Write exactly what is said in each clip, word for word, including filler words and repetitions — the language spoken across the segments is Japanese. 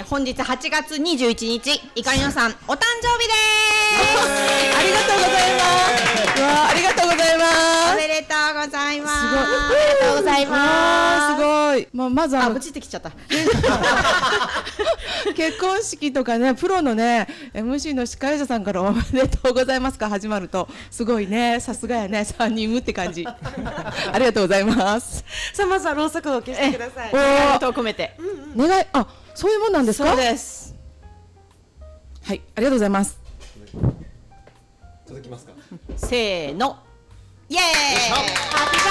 本日はちがつにじゅういちにち、いかりのさんお誕生日でーす。 ありがとうございます。わあ、ありがとうございます。 おめでとうございます。 すごい。 おめでとうございます。 すごい。まあ、まずあのあ、ぶちってきちゃった。 結婚式とかね、プロのね エムシー の司会者さんからおめでとうございますか始まるとすごいね、さすがやね、さんにんむって感じ。ありがとうございます。 さあ、まずはろうそくを消してください。 おー、 と込めて、 うんうん、願い、あ、そういうもんなんですか。 そうです。 はい、ありがとうございます。 続きますか。 せーの、イエーイ。 ハッピーバース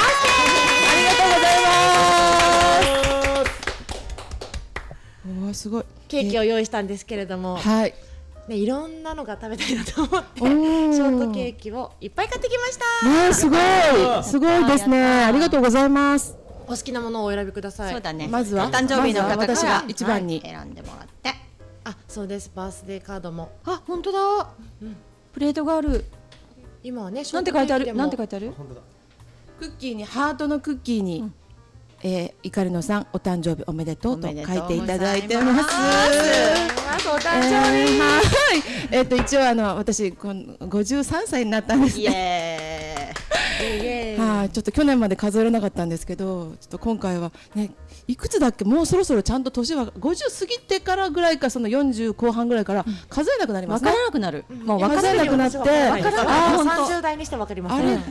デー。 ありがとうございます。おー、すごい。 ケーキを用意したんですけれども、 はい、 ね、いろんなのが食べたいなと思ってショートケーキをいっぱい買ってきました。 ね、すごい、すごいですね。ありがとうございます。 お好きなものをお選びください。 そうだね。 まずはお誕生日の方から私が一番に、 はい、選んでもらって。 あ、そうです。バースデーカードも。 あ、本当だ。うん、プレートがある。 今はね、 なんて書いてある。なんて書いてある。 本当だ。 クッキーにハートのクッキーに、うん、えー、いかりのさんお誕生日おめでとうと書いていただいてます。 お誕生日、えー、 はい。えっと一応あの私このごじゅうさんさいになったんですね。 イエーイ。はい、ちょっと去年まで数えられなかったんですけど、ちょっと今回はね、いくつだっけ、もうそろそろちゃんと年はごじゅう過ぎてからぐらいか、そのよんじゅうこう半ぐらいから数えなくなりますね。 分からなくなる。 もう分からなくなって、 あ、さんじゅうだいにして分かりますね。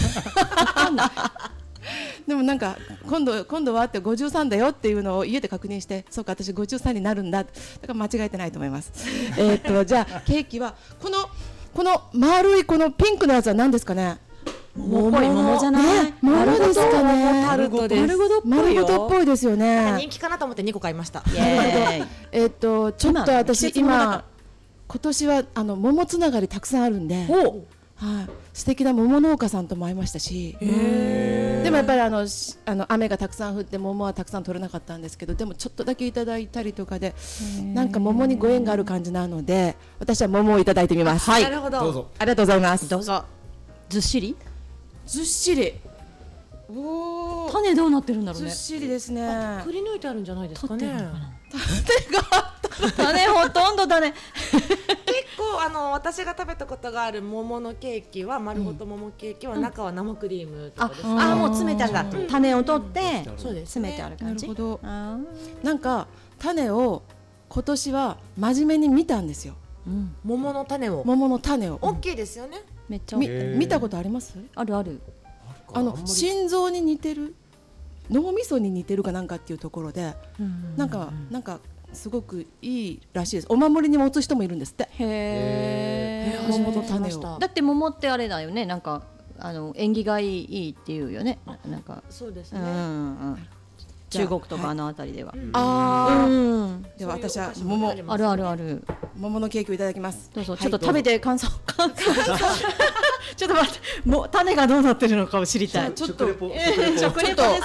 でもなんか今度今度はってごじゅうさんだよっていうのを家で確認して、そうか私ごじゅうさんになるんだ、だから間違えてないと思います。えっとじゃあケーキはこのこの丸いこのピンクのやつは何ですかね。 桃っぽい桃じゃない？ ね、桃ですかね。 タルトです。 丸ごとっぽいよ。丸ごとっぽいですよね。 人気かなと思ってにこ買いました。 えっとちょっと私今今年はあの桃つながりたくさんあるんで。はい、素敵な桃農家さんとも会いましたし、でもやっぱりあのあの雨がたくさん降って桃はたくさん取れなかったんですけど、でもちょっとだけいただいたりとかで、なんか桃にご縁がある感じなので、私は桃をいただいてみます。 はい、なるほど。 どうぞ。 ありがとうございます。 どうぞ。ずっしり？ ずっしり。おお。 種どうなってるんだろうね。 ずっしりですね。 くり抜いてあるんじゃないですかね。 種が種ほとんどだね。 結構あの私が食べたことがある桃のケーキは、丸ごと桃ケーキは中は生クリームとかです。 あ、もう詰めてあるんだ。種を取って詰めてある感じ。 なるほど。なんか種を今年は真面目に見たんですよ。 桃の種を。 桃の種を。 大きいですよね。 めっちゃ見たことあります？ あるある。 あの心臓に似てる、脳みそに似てるかなんかっていうところで、なんかなんかすごくいいらしいです。お守りに持つ人もいるんですって。 へえ。 桃の種を。 だって桃ってあれだよね。なんかあの縁起がいいっていうよね。なんかそうですね。 中国とかあのあたりでは。 ああ。では私は桃あるあるある。 桃のケーキをいただきます。 どうぞ。ちょっと食べて感想。感想。ちょっと待って。もう種がどうなってるのかを知りたい。 ちょっと食レポ。 食レポです。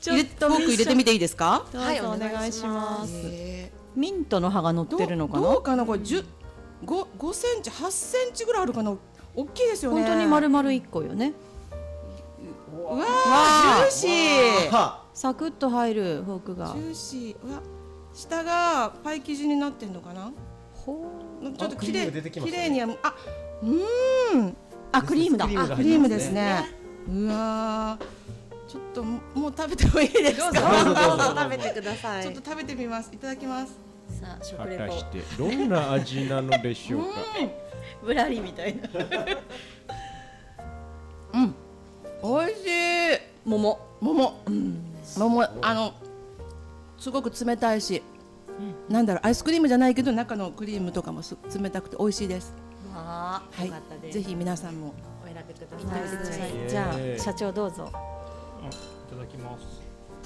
入れフォーク入れてみていいですか？ はい、お願いします。ミントの葉が乗ってるのかな？ どうかな、これ十五五センチ、八センチぐらいあるかな。大きいですよね。 本当に丸々一個よね。 うわー、ジューシー。 サクッと入るフォークが。 ジューシー。うわ、下がパイ生地になってんのかな。 ほう。ちょっと綺麗綺麗には、あ、うーん。 あ、クリームだ。 あ、クリームですね。うわー。ちょっともう食べてもいいですか？ どうぞ食べてください。 ちょっと食べてみます。いただきます。 さあ、食レポ。 果たしてどんな味なのでしょうか。 ブラリみたいな。 うん。美味しい。 桃。 桃。うん。桃、あのすごく冷たいし、なんだろう、アイスクリームじゃないけど中のクリームとかも冷たくて美味しいです。 ああ、よかったです。 ぜひ皆さんもお選びください。 じゃあ社長どうぞ。 いただきます。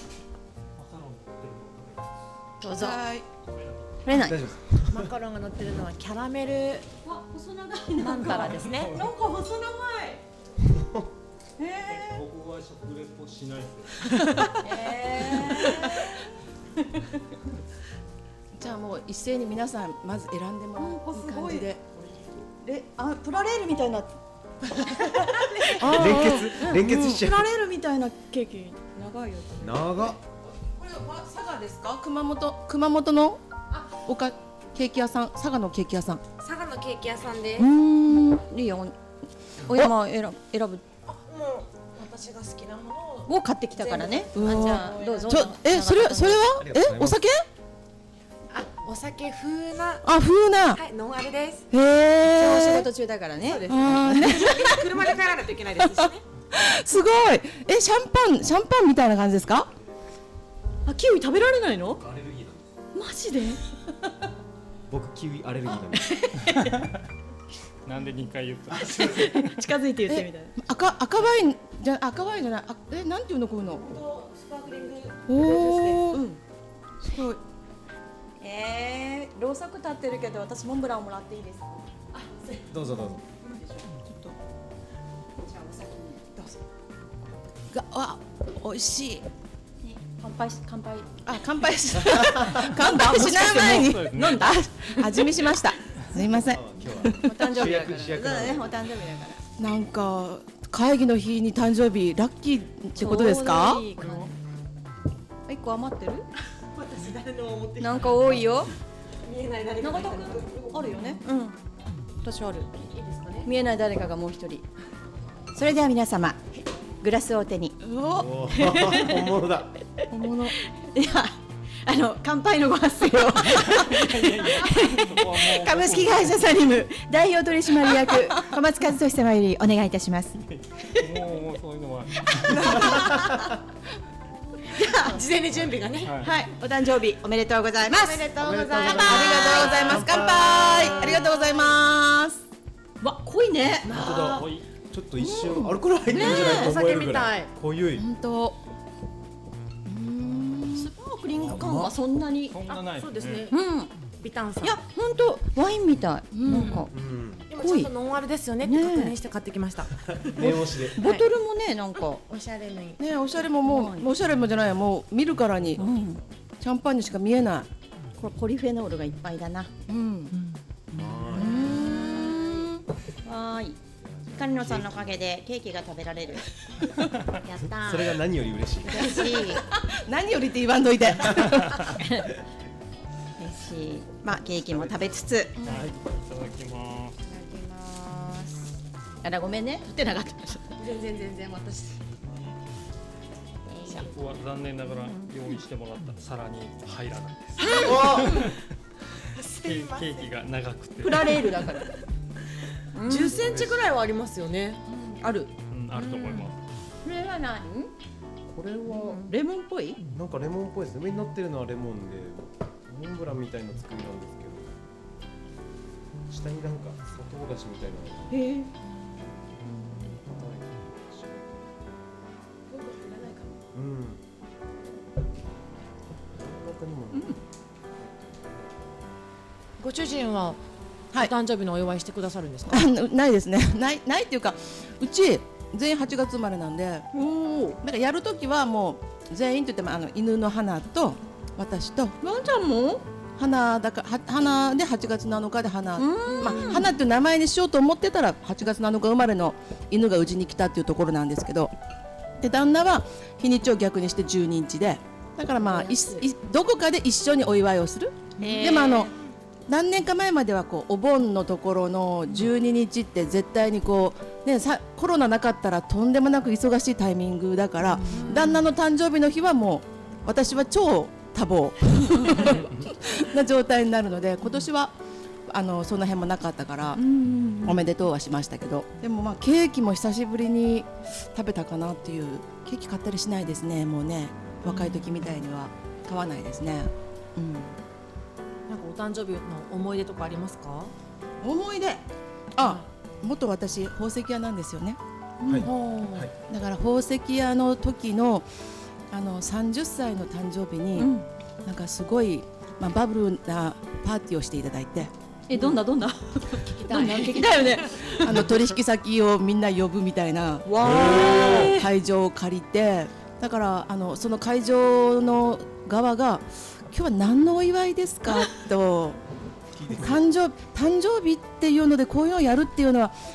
どうぞ。 触れない。 マカロンが乗ってるのはキャラメルなんたらですね。 なんか細長い。 僕は食レポしないです。 じゃあもう一斉に皆さんまず選んでもらう感じで。 え、あ、プラレールみたいな。 連結連結しちゃう。 プラレールみたいなケーキ長いよ。 長っ。 これは佐賀ですか？熊本熊本の？ あ、 おかケーキ屋さん、佐賀のケーキ屋さん。 佐賀のケーキ屋さんでうーん。 いいよ。お山選ぶ選ぶもう私が好きなものをを買ってきたからね。 うわあじゃあどうぞ。 ちょえそれそれはえお酒？ あお酒風なあ風な。 はいノンアルです。 へじゃあお仕え。 事中だからね。 そうです。 あーね。 車で帰らないといけないですしね。 すごい。えシャンパンシャンパンみたいな感じですか？ あキウイ食べられないの？ アレルギーなんです。 マジで？ 僕キウイアレルギーなんです。 なんでにかい言った近づいて言ってみたいな。 赤赤ワインじゃ赤ワインじゃない。あえなんていうのこういうの。 スパークリングおお。 うん。 すごい。 えー、ろうそく立ってるけど私モンブランをもらっていいですか？ どうぞどうぞ。 があ美味しい。 乾杯し乾杯。 あ乾杯し乾杯しない前に飲んだ。味見しました。すいません。 今日はお誕生日だから。 主役主役なのでそうだねお誕生日だから。 なんか会議の日に誕生日ラッキーってことですかちょうどいい感じ。一個余ってる？ 私誰のも持ってきなんか多いよ。 見えない誰か長田がいたら君あるよね。うん。私ある。 いいですかね。 見えない誰かがもう一人。それでは皆様グラスを手に。 うおおー本物だ。 本物。 いやあの乾杯のご発声を株式会社サニム代表取締役小松和俊様よりお願いいたします。 もうもうそういうのは事前に準備がね。 はいはい、お誕生日おめでとうございます。 おめでとうございます。 ありがとうございます。乾杯。ありがとうございます。 わ、濃いね。 本当だ。ちょっと一瞬アルコール入ってるんじゃないと思えるぐらい濃ゆい。 本当。 スパークリング感はそんなに。 そんなないあそうですね。 うん。 ビタンさん。 いや、本当ワインみたい。なんかうん。 でもちゃんとノンアルですよねってねえ確認して買ってきました。 念押しで。 ボトルもね、なんか。 おしゃれに。 ねおしゃれももうおしゃれもじゃないよもう見るからにうん。 シャンパンにしか見えなこれポリフェノールがいっぱいだな。 い。うん。 わーい。カニノさんのおかげでケーキが食べられる。やったー。 それが何より嬉しい。 嬉しい。 何よりって言わんといて。 嬉しい。まあケーキも食べつつ。いただきいただきますます。あらごめんね。取ってなかった。 全然全然私。 ここは残念ながら用意してもらった皿に入らないですケーケーキが長くてプラレールだから。 じゅっセンチぐらいはありますよね。 ある。 うんあると思いますこれは何？ これはレモンっぽい？ なんかレモンっぽいですね。上に乗ってるのはレモンでモンブランみたいな作りなんですけど、下になんか砂糖菓子みたいなのが。 へえ。 うん。中にも。 ご主人はおはい誕生日のお祝いしてくださるんですか。 あないですね。ないないっていうかうち全員はちがつ生まれなんで、 おお。 なんかやるときはもう全員って言ってもあの犬の花と私とワンちゃんも？ 花だからは花ではちがつなのかで花、まあ花っていう名前にしようと思ってたらはちがつなのか生まれの犬がうちに来たっていうところなんですけど、で旦那は日にちを逆にしてじゅうににちで、だからまあいいどこかで一緒にお祝いをする。でもあの何年か前まではこうお盆のところのじゅうににちって絶対にこう、ね、さコロナなかったらとんでもなく忙しいタイミングだから、旦那の誕生日の日はもう私は超多忙な状態になるので、今年はあのその辺もなかったからおめでとうはしましたけど、でもまあケーキも久しぶりに食べたかなっていう。ケーキ買ったりしないですね。もうね若い時みたいには買わないですね。うんなんかお誕生日の思い出とかありますか。 思い出、あ、元私宝石屋なんですよね。 はい。 ははい。 だから宝石屋の時のあのさんじゅっさいの誕生日に、 うん。 なんかすごい、まあ、バブルなパーティーをしていただいて、 えどんなどんな？聞きたい。聞きたいよね。 あの取引先をみんな呼ぶみたいなわー。 会場を借りて、だからあのその会場の側が今日は何のお祝いですかと誕生誕生日っていうのでこういうのをやるっていうのは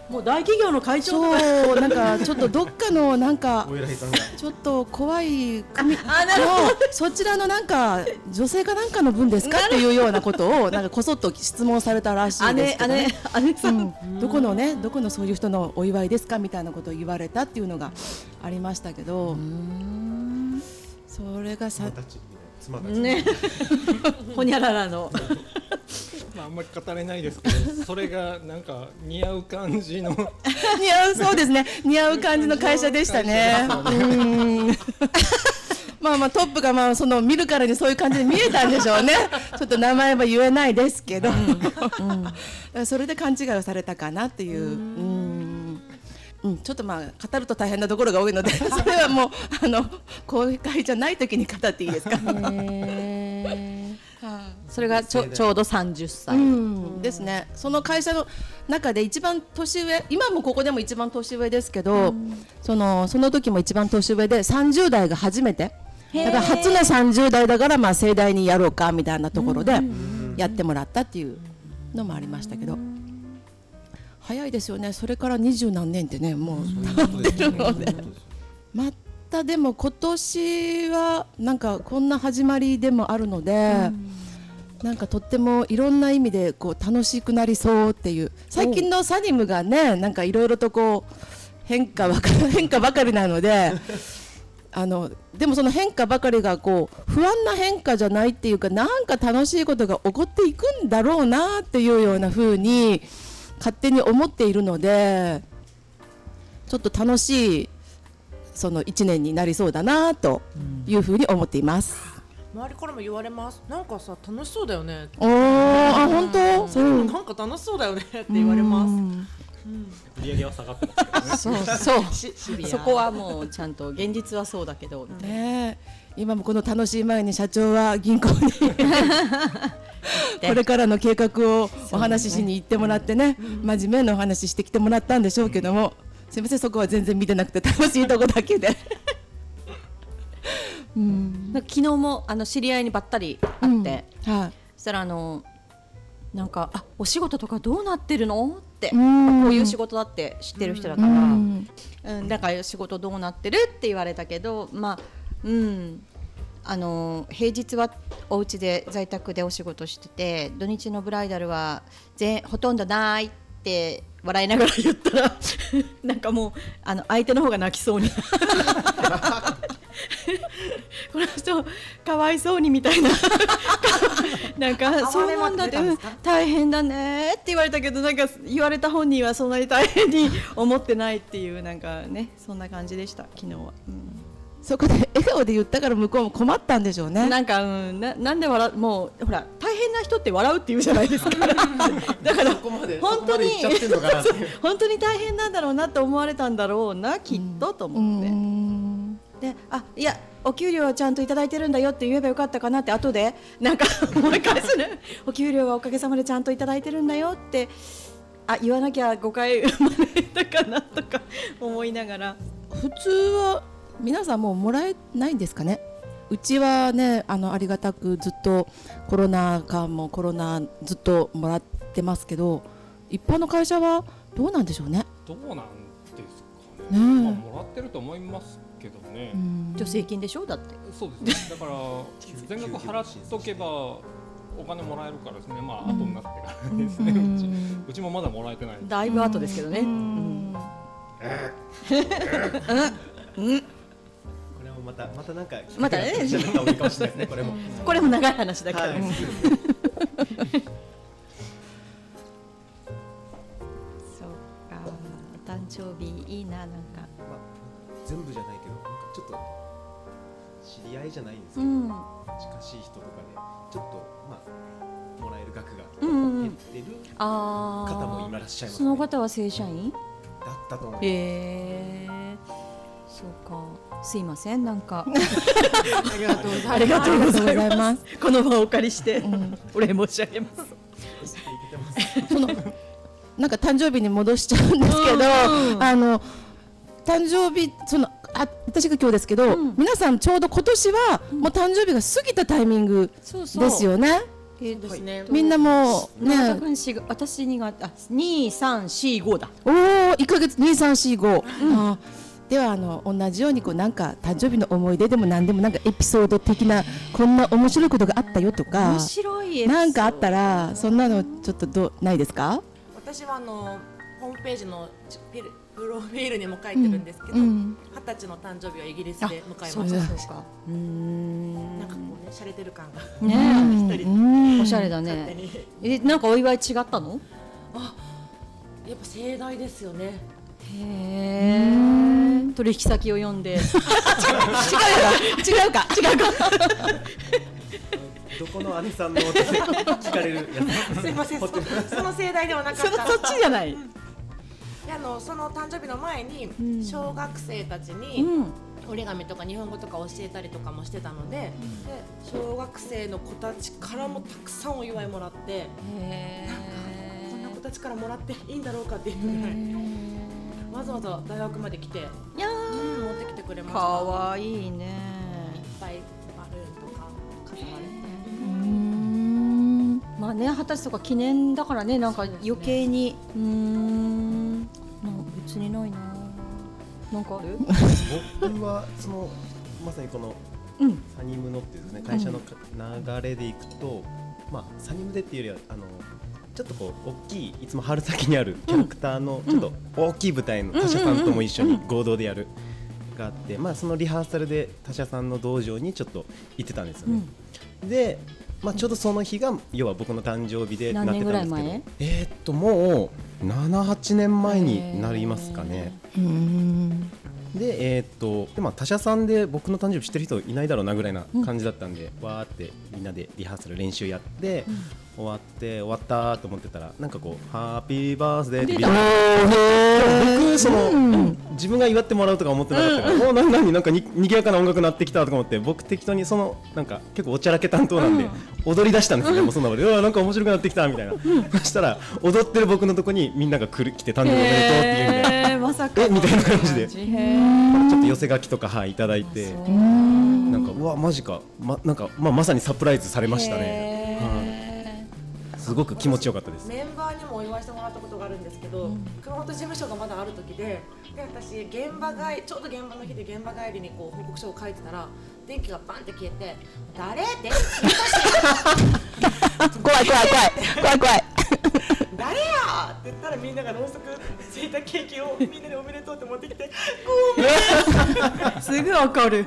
もう大企業の会長とかそうなんかちょっとどっかのなんかお偉いさんがちょっと怖い組あなるほどのそちらのなんか女性かなんかの分ですかっていうようなことをなんかこそっと質問されたらしいですけどね。 姉姉姉さん、 うん、どこのねどこのそういう人のお祝いですかみたいなことを言われたっていうのがありましたけど、うんそれがさ妻たち妻たちねほにゃららのまあ、あんまり語れないですけど、それがなんか似合う感じの似合うそうですね似合う感じの会社でしたね。うんまあまあトップがまあその見るからにそういう感じで見えたんでしょうね。ちょっと名前は言えないですけど、うん、それで勘違いをされたかなっていう。うんうん、ちょっとまあ語ると大変なところが多いのでそれはもうあの公開じゃない時に語っていいですか。 それがちょ、ちょうどさんじゅっさい、 うんですね。その会社の中で一番年上、今もここでも一番年上ですけど、うん、そのその時も一番年上でさんじゅう代が初めてだから初のさんじゅう代だからまあ盛大にやろうかみたいなところでやってもらったっていうのもありましたけど、早いですよね。それから二十何年ってねもう経ってるので、またでも今年はなんかこんな始まりでもあるので、なんかとってもいろんな意味でこう楽しくなりそうっていう、最近のサニムがねなんかいろいろとこう変化ばかり変化ばかりなのであのでもその変化ばかりがこう不安な変化じゃないっていうか、なんか楽しいことが起こっていくんだろうなっていうような風に勝手に思っているので、ちょっと楽しいそのいちねんになりそうだなという風に思っています。 周りからも言われます。なんかさ楽しそうだよね。 おーあ本当？ そういうのなんか楽しそうだよねって言われます。 売り上げは下がってますけどね。 そうそうそこはもうちゃんと現実はそうだけど、 ね、今もこの楽しい前に社長は銀行にこれからの計画をお話ししに行ってもらってね、真面目なお話ししてきてもらったんでしょうけども、すみませんそこは全然見てなくて楽しいとこだけでうん、昨日もあの知り合いにばったり会って、 うんはい、 そしたらあのなんかあお仕事とかどうなってるのって、 うん、 こういう仕事だって知ってる人だから、 うんうん、だから仕事どうなってるって言われたけど、まあうんあの平日はお家で在宅でお仕事してて、土日のブライダルは全ほとんどないって笑いながら言ったらなんかもうあの相手の方が泣きそうにこの人かわいそうにみたいななんかそうなんだって、うん、大変だねって言われたけど、なんか言われた本人はそんなに大変に思ってないっていう、なんかねそんな感じでした昨日は、うん、 そこで笑顔で言ったから向こうも困ったんでしょうね。 なんか、うん、な, なんで笑うもうほら大変な人って笑うって言うじゃないですかだから本当に本当に大変なんだろうなって思われたんだろうなきっとと思って、うん、であいやお給料はちゃんといただいてるんだよって言えばよかったかなって後でなんか思い返すねお給料はおかげさまでちゃんといただいてるんだよってあ言わなきゃ誤解生まれたかなとか思いながら、 普通は皆さんもうもらえないんですかね。うちはね あのありがたくずっとコロナ禍もコロナずっともらってますけど、一般の会社はどうなんでしょうね。 どうなんですかね、 ねまあ、もらってると思いますけどね。 助成金でしょだって。 そうですねだから全額払っとけばお金もらえるからですね。まあ後になってからですね、うん、うちうちもまだもらえてない。 だいぶ後ですけどね。うんうんうんこれもまたまたなんかまたねこれもこれも長い話だから、はい、そうかお誕生日いいななんか、まあ、 全部じゃないけどなんかちょっと知り合いじゃないんですけど、うん、近しい人とかでちょっとまあもらえる額が減ってる方もいらっしゃいますね。 その方は正社員だったと思います。 へーそうかすいませんなんかありがとうございますありがとうございますこの場をお借りして、うん、お礼申し上げますそのなんか誕生日に戻しちゃうんですけど、うん、あの誕生日そのあ私が今日ですけど、うん、皆さんちょうど今年はもう誕生日が過ぎたタイミングですよね。そうそうえーですね、 みんなもうね、 私にがにさんしごだ。 おお、いっかげつにさんしご。あ、ではあの同じようにこうなんか誕生日の思い出でも何でもなんかエピソード的なこんな面白いことがあったよとか、 面白いエピソードなんかあったらそんなのちょっとどうないですか？ 私はあのホームページのプロフィールにも書いてるんですけど、二、うん、十、歳の誕生日はイギリスで迎えました。そうですか。うーん、なんかこうね、洒落てる感がね、 一人おしゃれだね。え、なんかお祝い違ったの？ あ、やっぱ盛大ですよね。 へえ。取引先を呼んで。違うか、違うか、違うか。 どこの姉さんのって聞かれるやつ。すいません、そ, その盛大ではなかった。 そ, そっちじゃない。 あのその誕生日の前に小学生たちに折り紙とか日本語とか教えたりとかもしてたので、うん、で小学生の子たちからもたくさんお祝いもらって、へなんかこんな子たちからもらっていいんだろうかっていうぐらいわざわざ大学まで来て、いやー、うん、持ってきてくれました。 かわいいね。いっぱいバルーンとか飾られて、 うーん、まあね、二十歳とか記念だからね、なんか余計に、うーん、別にないな。なんかある？ 僕はそのまさにこのサニムノっていうですね、会社の流れでいくと、まあサニムでっていうよりはあのちょっとこう大きい、いつも春先にあるキャラクターのちょっと大きい舞台の他社さんとも一緒に合同でやるがあって、まあそのリハーサルで他社さんの道場にちょっと行ってたんですよね。で、まあ、ちょうどその日が要は僕の誕生日でなってたんですけど、何年ぐらい前？えー、っともうなな、はちねんまえになりますかね。うーん、で、えー、っとで、まあ、他社さんで僕の誕生日知ってる人いないだろうなぐらいな感じだったんで、うん、わーってみんなでリハーサル練習やって、うん、終わって終わったと思ってたらなんかこうハッピーバースデーって見て、僕その、うん、自分が祝ってもらうとか思ってなかったから、うん、お何何なんかににぎやかな音楽鳴ってきたとか思って、僕適当にそのなんか結構おちゃらけ担当なんで、うん、踊り出したんですよね。もうその場でうわなんか面白くなってきたみたいな、うん、そしたら踊ってる僕のとこにみんなが来る来て誕生日おめでとうっていうみたいな、まさかえみたいな感じでちょっと寄せ書きとか、はい、いただいて、なんかうわマジか、ま、なんか、まあ、まさにサプライズされましたね。はい、すごく気持ちよかったです。 メンバーにもお祝いしてもらったことがあるんですけど、うん、熊本事務所がまだある時で、で私現場帰ちょうど現場の日で現場帰りにこう報告書を書いてたら電気がバンって消えて、誰って怖い怖い怖い怖い怖い誰やって言ったらみんながろうそくついたケーキをみんなでおめでとうって持ってきてごめんすぐわかる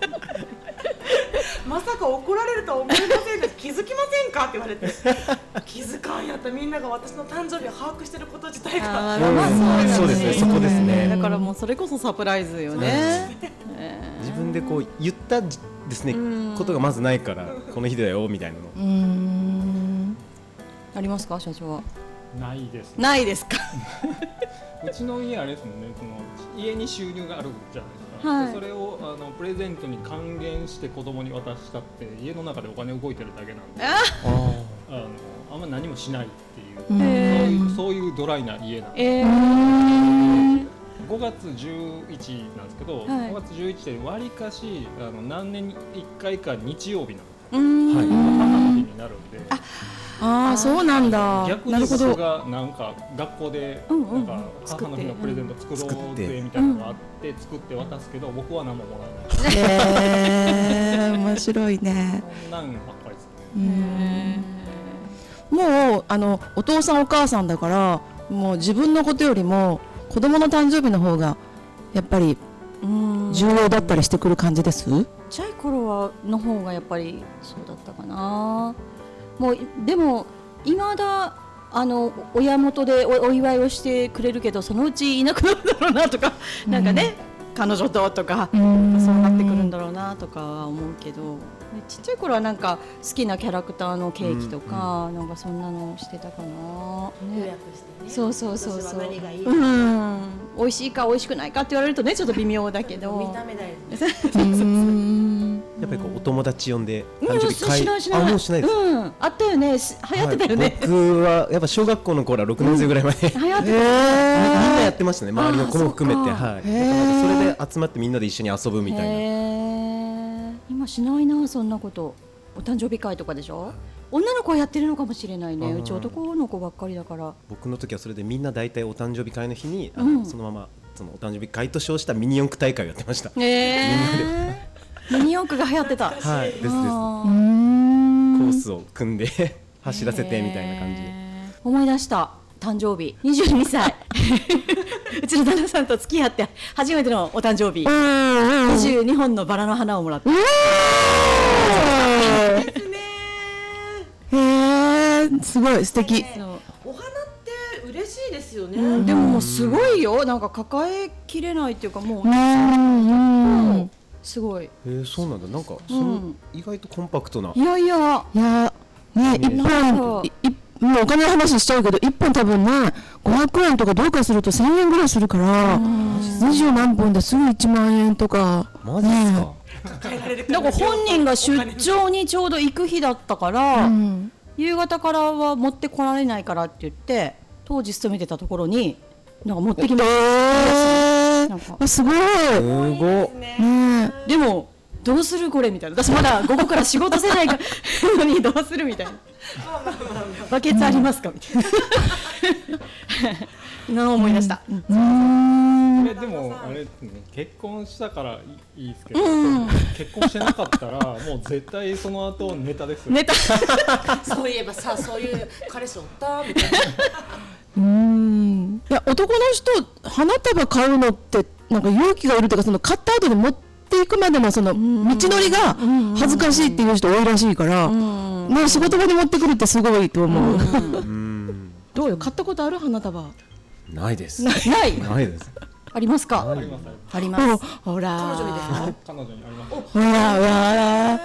まさか怒られるとは思いませんで気づきませんかって言われて気づかんやったみんなが私の誕生日を把握してること自体が、 うんまあ、そうですね、そこですね。 だからもうそれこそサプライズよね。 自分でこう言ったですねことがまずないからこの日だよみたいなの。うーん、 ありますか社長は？ ないです、 ね、ないですかうちの家あれですもんね、その家に収入があるじゃないですか、はい、それをあのプレゼントに還元して子供に渡したって家の中でお金動いてるだけなんで、ああのあんま何もしないっていう、そういう、そういうドライな家なんで、えー、ごがつじゅういちにちなんですけど、はい、ごがつじゅういちにちでわりかしあの何年にいっかいか日曜日なんですよ、はい、母の日になるんで、 ああそうなんだ。 逆に僕がなんか学校でなんか母の日のプレゼント作ろうぜみたいなのがあって作って渡すけど、僕は何ももらえない。 へー面白いね。 そんなんばっかりですね。 もうあのお父さんお母さんだからもう自分のことよりも子供の誕生日の方がやっぱり重要だったりしてくる感じです？ ちっちゃい頃はの方がやっぱりそうだったかな。もうでも今だあの親元で お, お祝いをしてくれるけどそのうちいなくなるんだろうなとか、うん、なんかね彼女ととか、うん、そうなってくるんだろうなとかは思うけど、ちっちゃい頃はなんか好きなキャラクターのケーキとか、うん、なんかそんなのしてたかな、 ね、予約してね。 そうそうそうそう。 何がいい、 うん、美味しいか美味しくないかって言われるとねちょっと微妙だけど見た目だよねやっぱりこうお友達呼んで誕生日会、 うん、しないしない、 あもうしないです、 うん、あったよね、流行ってたよね、 はい、僕はやっぱ小学校の頃はろくねん生ぐらいまで、うん、流行ってた、みんなやってましたね、周りの子も含めて、はい、だからそれで集まってみんなで一緒に遊ぶみたいな。 今しないなそんなこと。お誕生日会とかでしょ？ 女の子はやってるのかもしれないね。うち男の子ばっかりだから。 僕の時はそれでみんな大体お誕生日会の日に、うん、あのそのままそのお誕生日会と称したミニ四駆大会をやってました。 えー、ミニ四駆が流行ってた。 はいですです。コースを組んで走らせてみたいな感じで。 思い出した誕生日にじゅうにさいうちの旦那さんと付き合って初めてのお誕生日にじゅうにほんのバラの花をもらった。 へーすごい素敵。 お花って嬉しいですよね、 うん、でももうすごいよ。なんか抱えきれないっていうかもう、うんうん、すごい。 へえそうなんだ。なんかその、うん、意外とコンパクトな。 いやいやいやね一本いもうお金の話しちゃうけどいっぽん多分ねごひゃくえんとかどうかするとせんえんぐらいするからにじゅうなんぼんですぐいちまんえんとか。 マジですか、 ね、だから本人が出張にちょうど行く日だったから、うん、夕方からは持ってこられないからって言って当時勤めてたところになんか持ってきました、 えー、なんかすごいすごい、 ね、 でもどうするこれみたいな。私まだ午後から仕事せないのにどうするみたいな。バケツありますかみたいなのを思い出した。 うんうんえでもあれですね、結婚したからいいですけど、うん、結婚してなかったらもう絶対その後ネタですよ。 ネタそういえばさそういう彼氏おったみたいな。 うーんいや男の人花束買うのってなんか勇気がいるとかその買った後で持っていくまでのその道のりが恥ずかしいっていう人多いらしいから、ね仕事場に持ってくるってすごいと思う。 うんどうよ買ったことある花束？ ないです。 ない。 ないです。 ありますか？ あります。 あります。 ほら。 彼女にですか？ 彼女にあります。 ほらほら。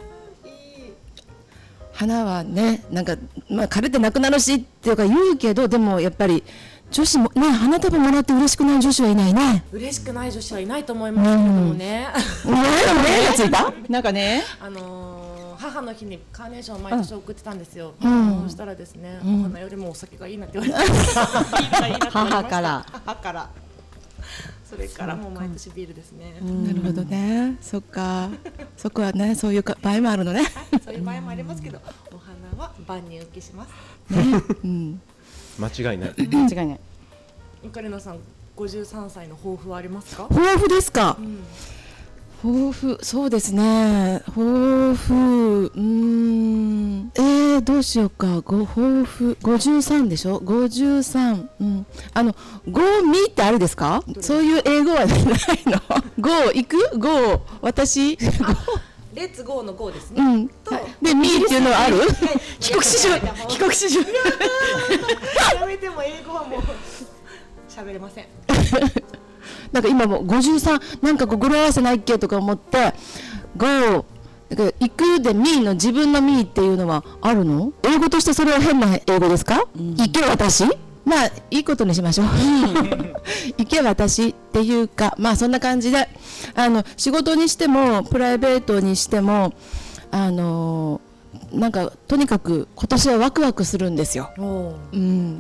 花はねなんかまあ枯れてなくなるしっていうか言うけどでもやっぱり女子もね花束もらって嬉しくない女子はいないね。 嬉しくない女子はいないと思いますけどもね。 うん、ねえついた？ なんかね。 あのー母の日にカーネーションを毎年送ってたんですよ、 うん、 そしたらですね、うん、お花よりもお酒がいいなって言われて母から母からそれからもう毎年ビールですね。 なるほどね。そっかそこはねそういう場合もあるのね。 そういう場合もありますけどお花は万人受けします、 ねうん、 間違いない間違いない。 ゆかりのさんごじゅうさんさいの抱負はありますか？ 抱負ですか、うん抱負そうですね抱負うーんえー、どうしようかご抱負ごじゅうさんでしょごじゅうさん、うん、あのゴーミーってあるですか？そういう英語はないのゴー行くゴー私レッツゴーのゴーですね、 うん、とでミーっていうのはある帰国子女帰国子女やめても英語はもう喋れませんなんか今もごじゅうさんなんかこう語呂合わせないっけとか思ってゴー行くでミーの自分のミーっていうのはあるの？英語としてそれは変な英語ですか？うん、行け私まあいいことにしましょう行け私っていうかまあそんな感じであの仕事にしてもプライベートにしてもあのなんかとにかく今年はワクワクするんですよ、うん、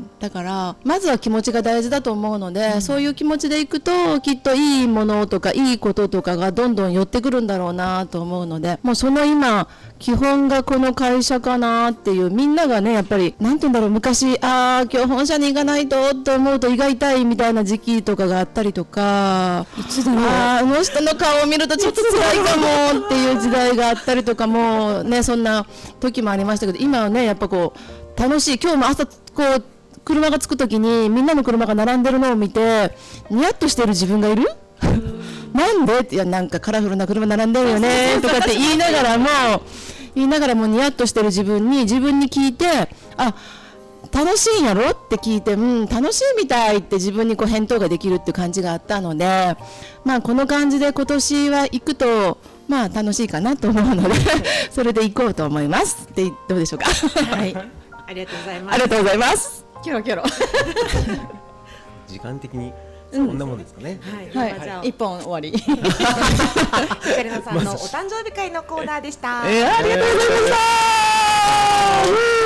だからまずは気持ちが大事だと思うので、うん、そういう気持ちでいくときっといいものとかいいこととかがどんどん寄ってくるんだろうなと思うのでもうその今基本がこの会社かなっていうみんながねやっぱりなんて言うんだろう昔ああ今日本社に行かないとと思うと胃が痛いみたいな時期とかがあったりとかいつだろうああの人の顔を見るとちょっと辛いかもっていう時代があったりとかもねそんな時もありましたけど今はねやっぱこう楽しい今日も朝こう車が着く時にみんなの車が並んでるのを見てニヤッとしてる自分がいるなんでいやなんかカラフルな車並んでるよねとかって言いながらも言いながらもニヤッとしてる自分に自分に聞いてあ楽しいんやろって聞いてうん楽しいみたいって自分にこう返答ができるっていう感じがあったのでまあこの感じで今年は行くとまあ楽しいかなと思うのでそれで行こうと思いますでどうでしょうかはいありがとうございますありがとうございますキョロキョロ時間的にそんなもんですかね、 うん、はい、はい、一本終わりゆかりのさんのお誕生日会のコーナーでした、 えー、ありがとうございました